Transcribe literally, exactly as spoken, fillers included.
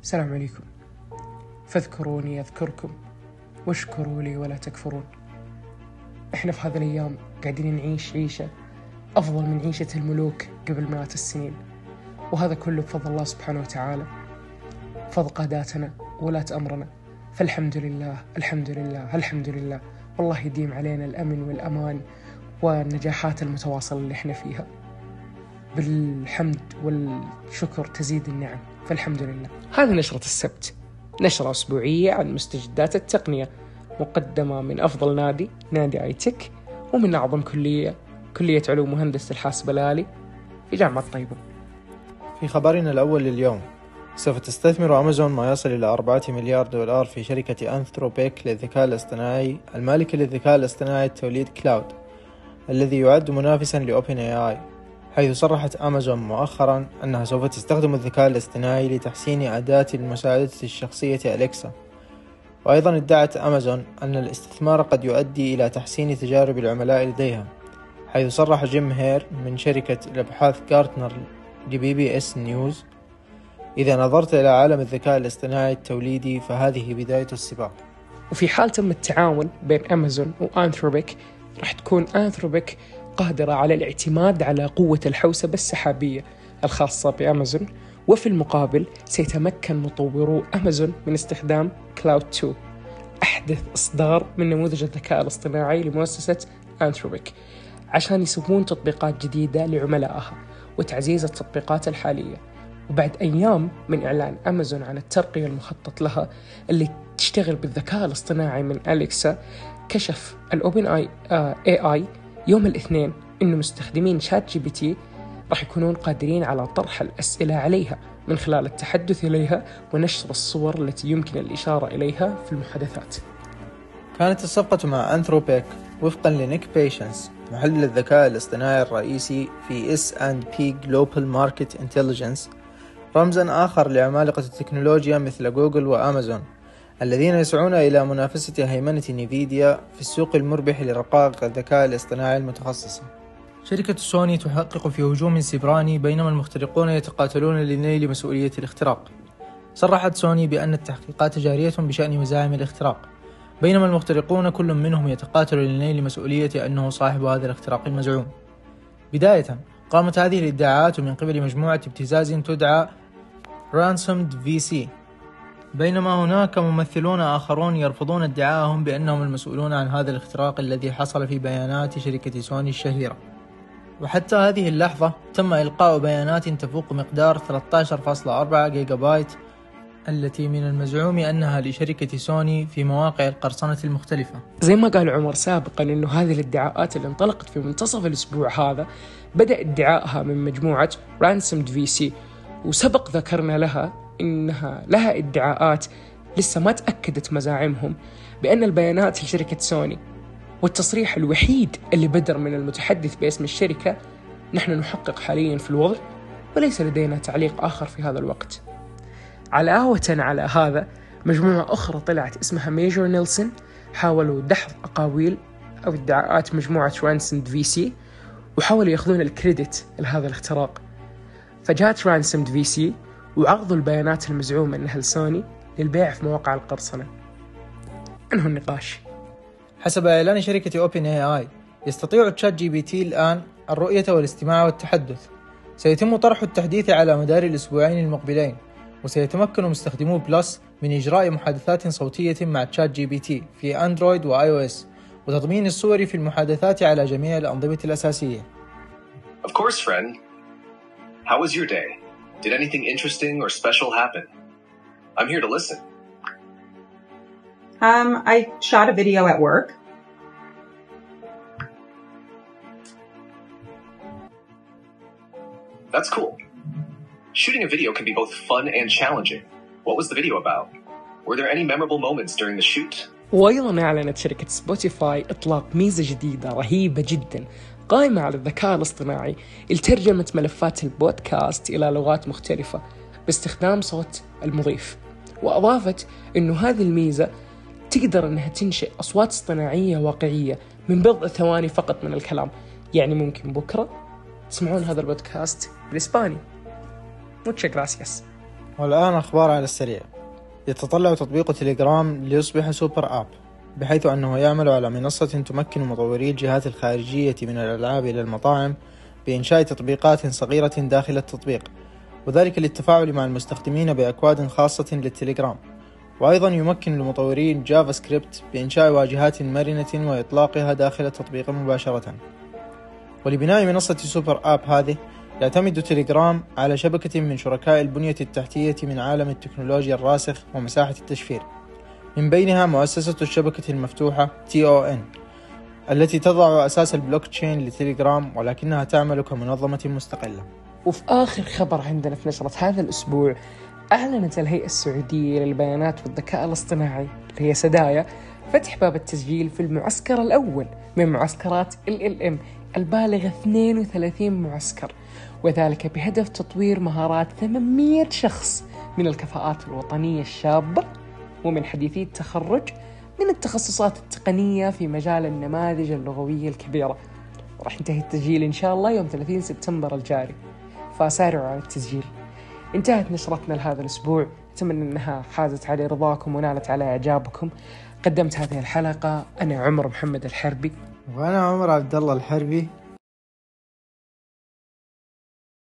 السلام عليكم. فاذكروني أذكركم واشكروا لي ولا تكفرون. إحنا في هذه الأيام قاعدين نعيش عيشة أفضل من عيشة الملوك قبل مئات السنين، وهذا كله بفضل الله سبحانه وتعالى، فضل قاداتنا ولاة أمرنا. فالحمد لله الحمد لله الحمد لله، والله يديم علينا الأمن والأمان والنجاحات المتواصلة اللي إحنا فيها. بالحمد والشكر تزيد النعم، فالحمد لله. هذه نشرة السبت، نشرة أسبوعية عن مستجدات التقنية، مقدمة من أفضل نادي نادي آي تك، ومن أعظم كلية كلية علوم مهندسة الحاسب الآلي في جامعة طيبة. في خبرنا الأول لليوم، سوف تستثمر أمازون ما يصل إلى أربعة مليار دولار في شركة أنثروبيك للذكاء الاصطناعي المالكة للذكاء الاصطناعي التوليد كلاود، الذي يعد منافسا لأوبن اي آي، حيث صرحت أمازون مؤخرا أنها سوف تستخدم الذكاء الاصطناعي لتحسين أداة المساعدة الشخصية أليكسا. وأيضا ادعت أمازون أن الاستثمار قد يؤدي إلى تحسين تجارب العملاء لديها، حيث صرح جيم هير من شركة الأبحاث غارتنر لبي بي اس نيوز: إذا نظرت إلى عالم الذكاء الاصطناعي التوليدي فهذه بداية السباق. وفي حال تم التعاون بين أمازون وأنثروبيك، راح تكون أنثروبيك قادرة على الاعتماد على قوة الحوسبة السحابية الخاصة بأمازون، وفي المقابل سيتمكن مطورو أمازون من استخدام كلاود تو، أحدث إصدار من نموذج الذكاء الاصطناعي لمؤسسة أنثروبيك، عشان يسوون تطبيقات جديدة لعملائها وتعزيز التطبيقات الحالية. وبعد أيام من إعلان أمازون عن الترقية المخطط لها اللي تشتغل بالذكاء الاصطناعي من أليكسا، كشف الأوبن آي اي آي يوم الاثنين إنه مستخدمين شات جي بي تي راح يكونون قادرين على طرح الأسئلة عليها من خلال التحدث إليها ونشر الصور التي يمكن الإشارة إليها في المحادثات. كانت الصفقة مع أنثروبيك وفقا لنيك بيشنس، محلل الذكاء الاصطناعي الرئيسي في إس أند بي Global Market Intelligence، رمزا آخر لعمالقة التكنولوجيا مثل جوجل وأمازون، الذين يسعون إلى منافسة هيمنة نيفيديا في السوق المربح لرقائق الذكاء الاصطناعي المتخصصة. شركة سوني تحقق في هجوم سيبراني بينما المخترقون يتقاتلون لنيل مسؤولية الاختراق. صرحت سوني بأن التحقيقات جارية بشأن مزاعم الاختراق، بينما المخترقون كل منهم يتقاتل لنيل مسؤولية أنه صاحب هذا الاختراق المزعوم. بداية قامت هذه الادعاءات من قبل مجموعة ابتزاز تدعى رانسومد في سي، بينما هناك ممثلون آخرون يرفضون ادعاءهم بأنهم المسؤولون عن هذا الاختراق الذي حصل في بيانات شركة سوني الشهيرة. وحتى هذه اللحظة تم إلقاء بيانات تفوق مقدار ثلاثة عشر فاصلة أربعة جيجا بايت، التي من المزعوم أنها لشركة سوني في مواقع القرصنة المختلفة. زي ما قال عمر سابقا أنه هذه الادعاءات اللي انطلقت في منتصف الأسبوع هذا بدأ ادعائها من مجموعة رانسومد في سي، وسبق ذكرنا لها إنها لها ادعاءات لسه ما تأكدت مزاعمهم بأن البيانات لشركة سوني. والتصريح الوحيد اللي بدر من المتحدث باسم الشركة: نحن نحقق حاليا في الوضع وليس لدينا تعليق آخر في هذا الوقت. علاوة على هذا، مجموعة أخرى طلعت اسمها ميجور نيلسون حاولوا دحض أقاويل أو ادعاءات مجموعة رانسومد في سي، وحاولوا يأخذون الكريدت لهذا الاختراق. فجاءت رانسومد في سي وعرضوا البيانات المزعومة أنها لسوني للبيع في مواقع القرصنة. انه النقاش. حسب إعلان شركة أوبن اي آي، يستطيع تشات جي بي تي الآن الرؤية والاستماع والتحدث. سيتم طرح التحديث على مدار الأسبوعين المقبلين، وسيتمكن مستخدمو بلس من إجراء محادثات صوتية مع تشات جي بي تي في أندرويد وآي أو إس، وتضمين الصور في المحادثات على جميع الأنظمة الأساسية. Of course, friend. How was your day? Did anything interesting or special happen? I'm here to listen. Um, I shot a video at work. That's cool. Shooting a video can be both fun and challenging. What was the video about? Were there any memorable moments during the shoot? وأيضا أعلنت شركة سبوتيفاي إطلاق ميزة جديدة رهيبة جدا قائمة على الذكاء الاصطناعي لترجمة ملفات البودكاست إلى لغات مختلفة باستخدام صوت المضيف. وأضافت أنه هذه الميزة تقدر أنها تنشئ أصوات اصطناعية واقعية من بضع ثواني فقط من الكلام. يعني ممكن بكرة تسمعون هذا البودكاست بالإسباني. Muchas gracias. والآن أخبار على السريع. يتطلع تطبيق تليجرام ليصبح سوبر آب، بحيث أنه يعمل على منصة تمكن مطوري الجهات الخارجية من الألعاب إلى المطاعم بإنشاء تطبيقات صغيرة داخل التطبيق، وذلك للتفاعل مع المستخدمين بأكواد خاصة للتليجرام. وأيضا يمكن المطورين جافا سكريبت بإنشاء واجهات مرنة وإطلاقها داخل التطبيق مباشرة. ولبناء منصة سوبر آب هذه يعتمد تليجرام على شبكة من شركاء البنية التحتية من عالم التكنولوجيا الراسخ ومساحة التشفير، من بينها مؤسسة الشبكة المفتوحة تي أو إن التي تضع أساس البلوك تشين لتليجرام، ولكنها تعمل كمنظمة مستقلة. وفي آخر خبر عندنا في نشرة هذا الأسبوع، أعلنت الهيئة السعودية للبيانات والذكاء الاصطناعي اللي هي سدايا فتح باب التسجيل في المعسكر الأول من معسكرات ال إل إم البالغ اثنين وثلاثين معسكر، وذلك بهدف تطوير مهارات ثمانمئة شخص من الكفاءات الوطنية الشابة ومن حديثي التخرج من التخصصات التقنية في مجال النماذج اللغوية الكبيرة. راح ينتهي التسجيل إن شاء الله يوم ثلاثين سبتمبر الجاري، فسارعوا على التسجيل. انتهت نشرتنا لهذا الأسبوع، أتمنى أنها حازت على رضاكم ونالت على إعجابكم. قدمت هذه الحلقة أنا عمر محمد الحربي، وأنا عمر عبد الله الحربي.